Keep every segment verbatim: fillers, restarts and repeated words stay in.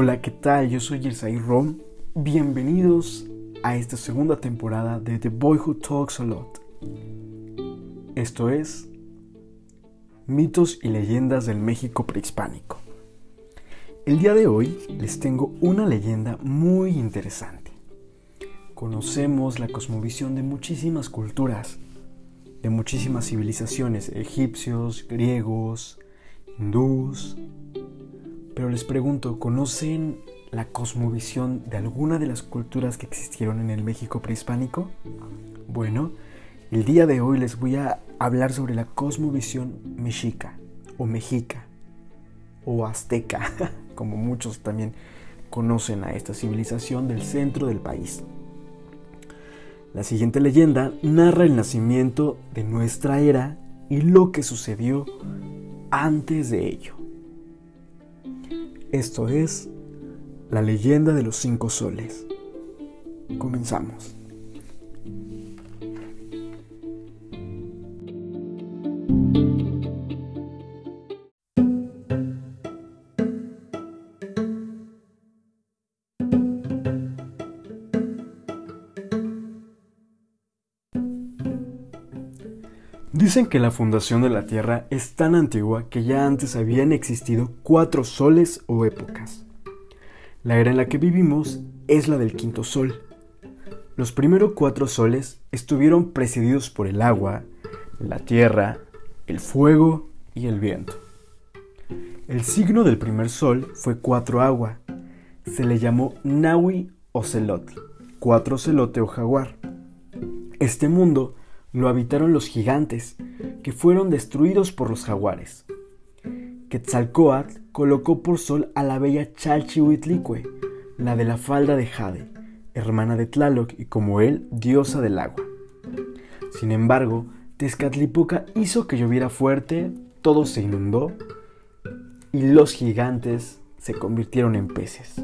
Hola, ¿qué tal? Yo soy Yersay Rom. Bienvenidos a esta segunda temporada de The Boy Who Talks a Lot. Esto es Mitos y leyendas del México prehispánico. El día de hoy les tengo una leyenda muy interesante. Conocemos la cosmovisión de muchísimas culturas, de muchísimas civilizaciones, egipcios, griegos, hindús. Pero les pregunto, ¿conocen la cosmovisión de alguna de las culturas que existieron en el México prehispánico? Bueno, el día de hoy les voy a hablar sobre la cosmovisión mexica, o mexica, o azteca, como muchos también conocen a esta civilización del centro del país. La siguiente leyenda narra el nacimiento de nuestra era y lo que sucedió antes de ello. Esto es la leyenda de los cinco soles. Comenzamos. Dicen que la fundación de la Tierra es tan antigua que ya antes habían existido cuatro soles o épocas. La era en la que vivimos es la del quinto sol. Los primeros cuatro soles estuvieron precedidos por el agua, la tierra, el fuego y el viento. El signo del primer sol fue cuatro agua. Se le llamó Nahui o Celotl, cuatro celote o jaguar. Este mundo lo habitaron los gigantes, que fueron destruidos por los jaguares. Quetzalcóatl colocó por sol a la bella Chalchihuitlicue, la de la falda de jade, hermana de Tlaloc y como él, diosa del agua. Sin embargo, Tezcatlipoca hizo que lloviera fuerte, todo se inundó y los gigantes se convirtieron en peces.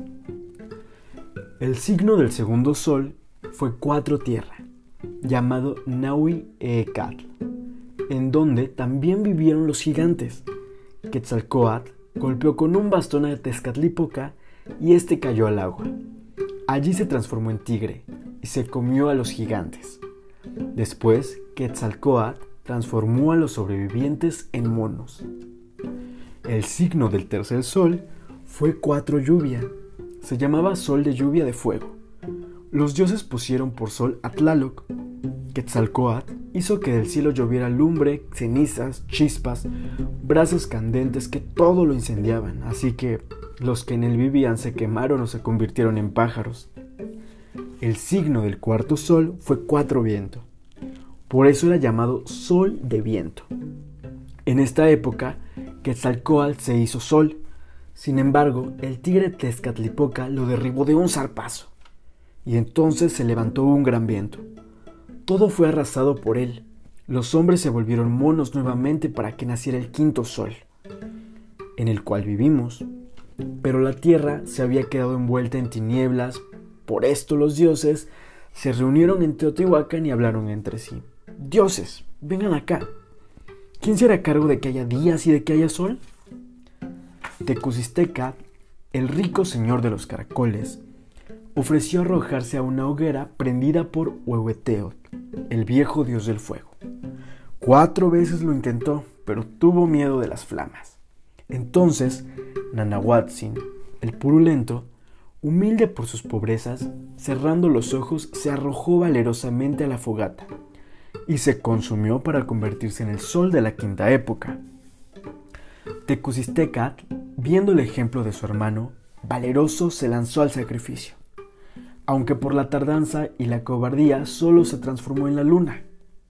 El signo del segundo sol fue cuatro tierra, llamado Nahui Eecatl, en donde también vivieron los gigantes. Quetzalcóatl golpeó con un bastón a Tezcatlipoca y este cayó al agua. Allí se transformó en tigre y se comió a los gigantes. Después, Quetzalcóatl transformó a los sobrevivientes en monos. El signo del tercer sol fue cuatro lluvia. Se llamaba sol de lluvia de fuego. Los dioses pusieron por sol a Tlaloc. Quetzalcóatl hizo que del cielo lloviera lumbre, cenizas, chispas, brasas candentes que todo lo incendiaban, así que los que en él vivían se quemaron o se convirtieron en pájaros. El signo del cuarto sol fue cuatro viento. Por eso era llamado sol de viento. En esta época, Quetzalcóatl se hizo sol. Sin embargo, el tigre Tezcatlipoca lo derribó de un zarpazo. Y entonces se levantó un gran viento. Todo fue arrasado por él. Los hombres se volvieron monos nuevamente para que naciera el quinto sol, en el cual vivimos. Pero la tierra se había quedado envuelta en tinieblas. Por esto los dioses se reunieron en Teotihuacán y hablaron entre sí. Dioses, vengan acá. ¿Quién se hará cargo de que haya días y de que haya sol? Tecucisteca, el rico señor de los caracoles, ofreció arrojarse a una hoguera prendida por Huehueteotl, el viejo dios del fuego. Cuatro veces lo intentó, pero tuvo miedo de las flamas. Entonces, Nanahuatzin, el purulento, humilde por sus pobrezas, cerrando los ojos, se arrojó valerosamente a la fogata y se consumió para convertirse en el sol de la quinta época. Tecucistecatl, viendo el ejemplo de su hermano, valeroso se lanzó al sacrificio, aunque por la tardanza y la cobardía solo se transformó en la luna.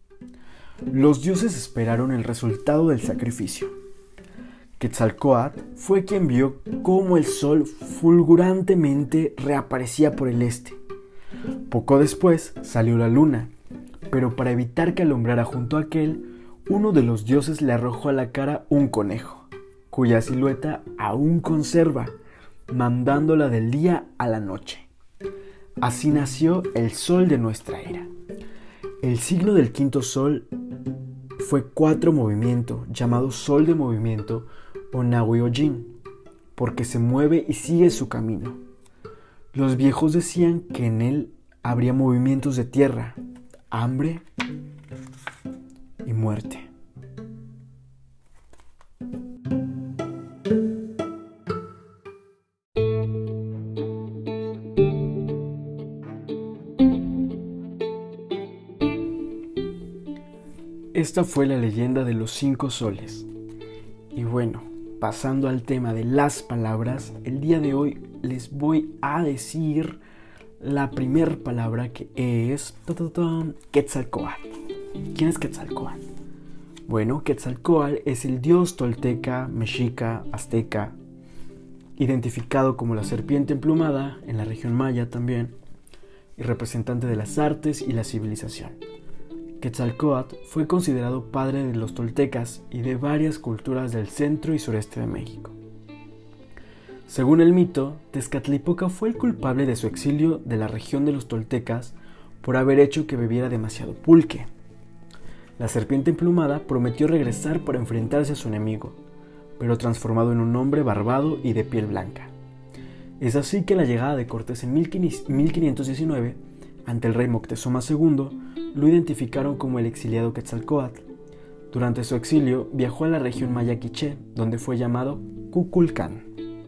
Los dioses esperaron el resultado del sacrificio. Quetzalcóatl fue quien vio cómo el sol fulgurantemente reaparecía por el este. Poco después salió la luna, pero para evitar que alumbrara junto a aquel, uno de los dioses le arrojó a la cara un conejo, cuya silueta aún conserva, mandándola del día a la noche. Así nació el sol de nuestra era. El signo del quinto sol fue cuatro movimiento, llamado sol de movimiento o Nahui Ojin. porque se mueve y sigue su camino. Los viejos decían que en él habría movimientos de tierra, hambre y muerte. Esta fue la leyenda de los cinco soles. Y bueno, pasando al tema de las palabras, el día de hoy les voy a decir la primera palabra, que es Quetzalcóatl. ¿Quién es Quetzalcóatl? Bueno, Quetzalcóatl es el dios tolteca, mexica, azteca, identificado como la serpiente emplumada en la región maya también, y representante de las artes y la civilización. Quetzalcóatl fue considerado padre de los toltecas y de varias culturas del centro y sureste de México. Según el mito, Tezcatlipoca fue el culpable de su exilio de la región de los toltecas por haber hecho que bebiera demasiado pulque. La serpiente emplumada prometió regresar para enfrentarse a su enemigo, pero transformado en un hombre barbado y de piel blanca. Es así que la llegada de Cortés en mil quinientos diecinueve, ante el rey Moctezuma segundo, lo identificaron como el exiliado Quetzalcóatl. Durante su exilio viajó a la región maya Quiché, donde fue llamado Kukulcán.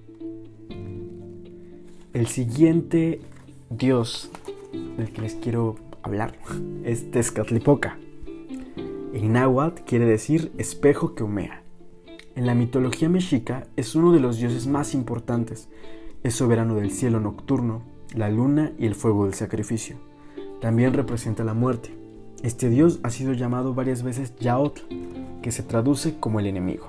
El siguiente dios del que les quiero hablar es Tezcatlipoca. En náhuatl quiere decir espejo que humea. En la mitología mexica es uno de los dioses más importantes. Es soberano del cielo nocturno, la luna y el fuego del sacrificio. También representa la muerte. Este dios ha sido llamado varias veces Yaotl, que se traduce como el enemigo.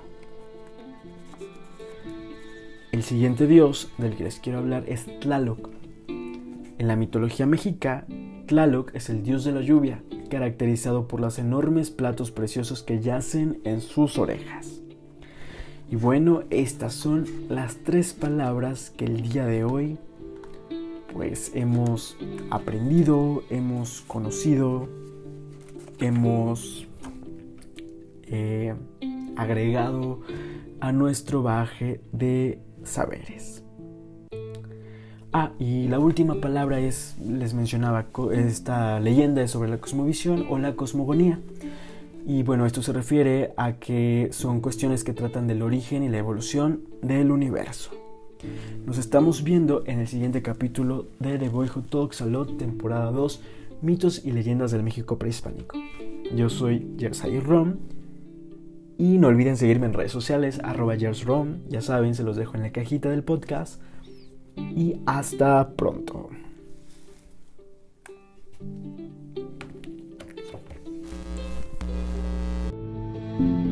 El siguiente dios del que les quiero hablar es Tlaloc. En la mitología mexica, Tlaloc es el dios de la lluvia, caracterizado por los enormes platos preciosos que yacen en sus orejas. Y bueno, estas son las tres palabras que el día de hoy pues hemos aprendido, hemos conocido, hemos eh, agregado a nuestro bagaje de saberes. Ah, y la última palabra es, les mencionaba, esta leyenda es sobre la cosmovisión o la cosmogonía. Y bueno, esto se refiere a que son cuestiones que tratan del origen y la evolución del universo. Nos estamos viendo en el siguiente capítulo de The Boyhood Talks a Lot, temporada dos, mitos y leyendas del México prehispánico. Yo soy Jersey Rom y no olviden seguirme en redes sociales, arroba jersrom, ya saben, se los dejo en la cajita del podcast y hasta pronto. Thank you.